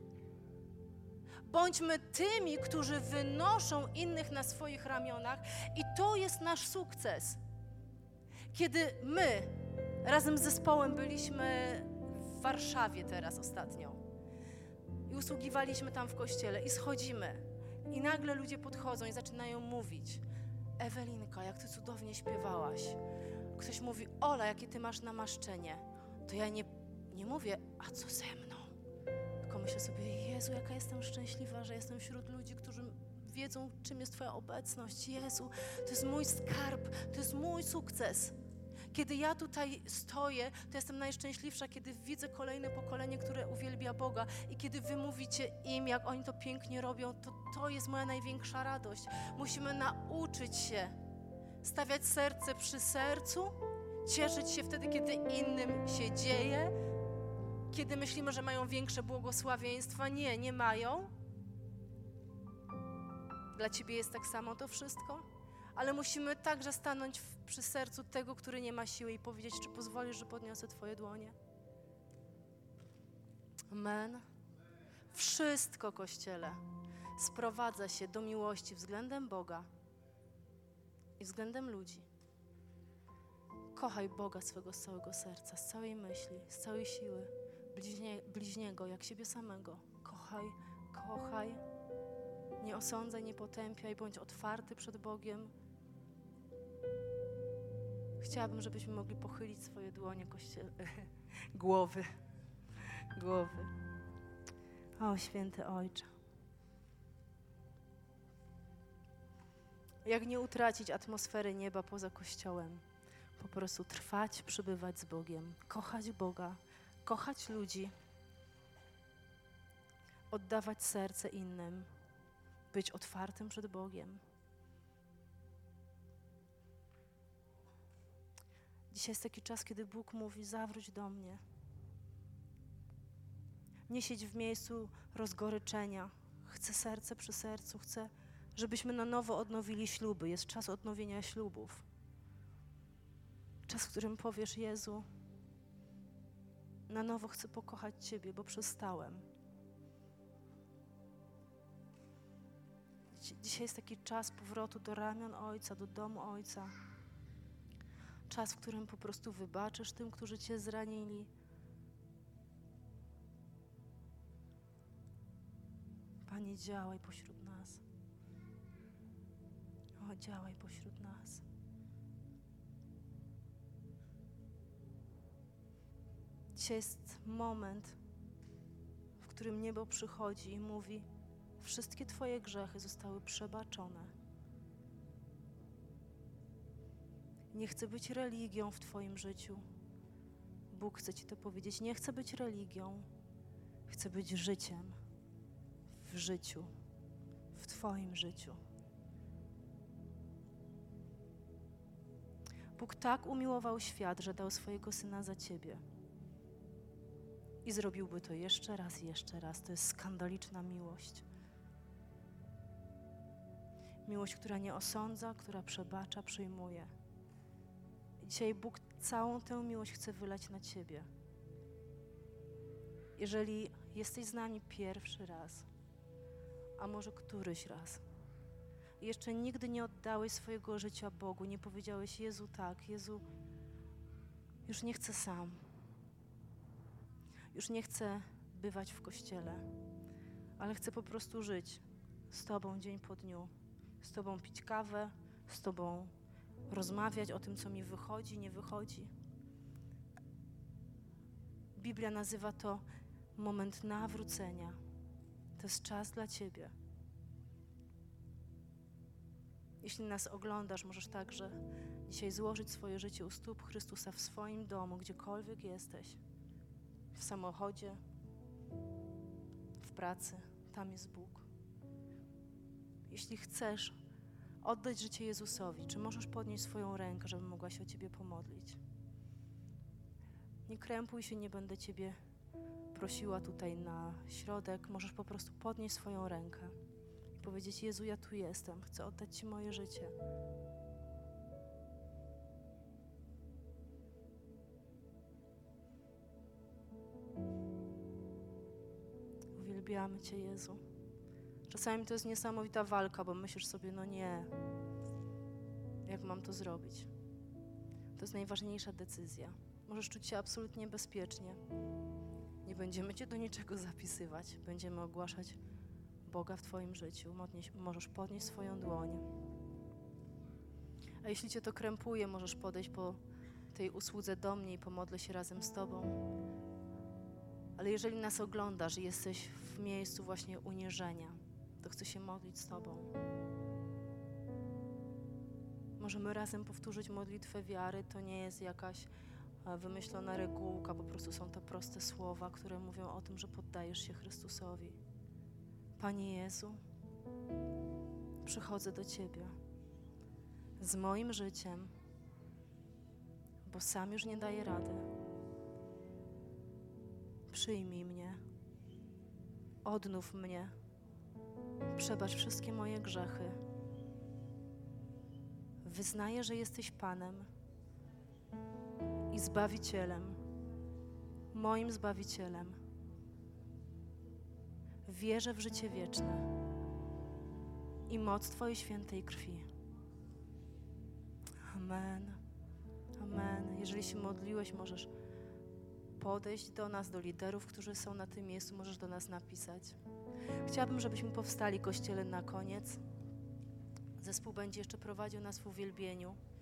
Bądźmy tymi, którzy wynoszą innych na swoich ramionach i to jest nasz sukces. Kiedy my razem z zespołem byliśmy w Warszawie teraz ostatnio i usługiwaliśmy tam w kościele i schodzimy I nagle ludzie podchodzą i zaczynają mówić: Ewelinka, jak ty cudownie śpiewałaś. Ktoś mówi: Ola, jakie ty masz namaszczenie. To ja nie, nie mówię: a co ze mną? Tylko myślę sobie: Jezu, jaka jestem szczęśliwa, że jestem wśród ludzi, którzy wiedzą, czym jest Twoja obecność. Jezu, to jest mój skarb, to jest mój sukces. Kiedy ja tutaj stoję, to jestem najszczęśliwsza, kiedy widzę kolejne pokolenie, które uwielbia Boga i kiedy wy mówicie im, jak oni to pięknie robią, to to jest moja największa radość. Musimy nauczyć się stawiać serce przy sercu, cieszyć się wtedy, kiedy innym się dzieje, kiedy myślimy, że mają większe błogosławieństwa. Nie, nie mają. Dla Ciebie jest tak samo to wszystko, ale musimy także stanąć w, przy sercu tego, który nie ma siły i powiedzieć: czy pozwolisz, że podniosę Twoje dłonie? Amen. Wszystko, Kościele, sprowadza się do miłości względem Boga i względem ludzi. Kochaj Boga swego z całego serca, z całej myśli, z całej siły, bliźnie, bliźniego jak siebie samego. Kochaj, kochaj. Nie osądzaj, nie potępiaj, bądź otwarty przed Bogiem. Chciałabym, żebyśmy mogli pochylić swoje dłonie, kościele, głowy, głowy. O, święty Ojcze. Jak nie utracić atmosfery nieba poza Kościołem? Po prostu trwać, przybywać z Bogiem, kochać Boga, kochać ludzi, oddawać serce innym, być otwartym przed Bogiem. Dzisiaj jest taki czas, kiedy Bóg mówi: zawróć do mnie. Nie siedź w miejscu rozgoryczenia. Chcę serce przy sercu, chcę, żebyśmy na nowo odnowili śluby. Jest czas odnowienia ślubów. Czas, w którym powiesz: Jezu, na nowo chcę pokochać Ciebie, bo przestałem. Dzisiaj jest taki czas powrotu do ramion Ojca, do domu Ojca. Czas, w którym po prostu wybaczysz tym, którzy Cię zranili. Panie, działaj pośród nas. O, działaj pośród nas. Dzisiaj jest moment, w którym niebo przychodzi i mówi: wszystkie Twoje grzechy zostały przebaczone. Nie chcę być religią w Twoim życiu. Bóg chce Ci to powiedzieć. Nie chcę być religią. Chcę być życiem w życiu, w Twoim życiu. Bóg tak umiłował świat, że dał swojego Syna za Ciebie. I zrobiłby to jeszcze raz i jeszcze raz. To jest skandaliczna miłość. Miłość, która nie osądza, która przebacza, przyjmuje. I dzisiaj Bóg całą tę miłość chce wylać na Ciebie. Jeżeli jesteś z nami pierwszy raz, a może któryś raz, i jeszcze nigdy nie oddałeś swojego życia Bogu, nie powiedziałeś: Jezu, tak, Jezu, już nie chcę sam. Już nie chcę bywać w Kościele, ale chcę po prostu żyć z Tobą dzień po dniu, z Tobą pić kawę, z Tobą rozmawiać o tym, co mi wychodzi, nie wychodzi. Biblia nazywa to moment nawrócenia. To jest czas dla Ciebie. Jeśli nas oglądasz, możesz także dzisiaj złożyć swoje życie u stóp Chrystusa w swoim domu, gdziekolwiek jesteś. W samochodzie, w pracy, tam jest Bóg. Jeśli chcesz oddać życie Jezusowi, czy możesz podnieść swoją rękę, żebym mogła się o Ciebie pomodlić? Nie krępuj się, nie będę Ciebie prosiła tutaj na środek. Możesz po prostu podnieść swoją rękę i powiedzieć: Jezu, ja tu jestem, chcę oddać Ci moje życie. Uwielbiamy Cię, Jezu. Czasami to jest niesamowita walka, bo myślisz sobie: no nie, jak mam to zrobić? To jest najważniejsza decyzja. Możesz czuć się absolutnie bezpiecznie. Nie będziemy Cię do niczego zapisywać. Będziemy ogłaszać Boga w twoim życiu, modnieś, możesz podnieść swoją dłoń. A jeśli cię to krępuje, możesz podejść po tej usłudze do mnie i pomodlę się razem z tobą. Ale jeżeli nas oglądasz i jesteś w miejscu właśnie uniżenia, to chcę się modlić z tobą. Możemy razem powtórzyć modlitwę wiary. To nie jest jakaś wymyślona regułka, po prostu są to proste słowa, które mówią o tym, że poddajesz się Chrystusowi. Panie Jezu, przychodzę do Ciebie z moim życiem, bo sam już nie daję rady. Przyjmij mnie, odnów mnie, przebacz wszystkie moje grzechy. Wyznaję, że jesteś Panem i Zbawicielem, moim Zbawicielem. Wierzę w życie wieczne i moc Twojej świętej krwi. Amen. Amen. Jeżeli się modliłeś, możesz podejść do nas, do liderów, którzy są na tym miejscu, możesz do nas napisać. Chciałabym, żebyśmy powstali, Kościele, na koniec. Zespół będzie jeszcze prowadził nas w uwielbieniu.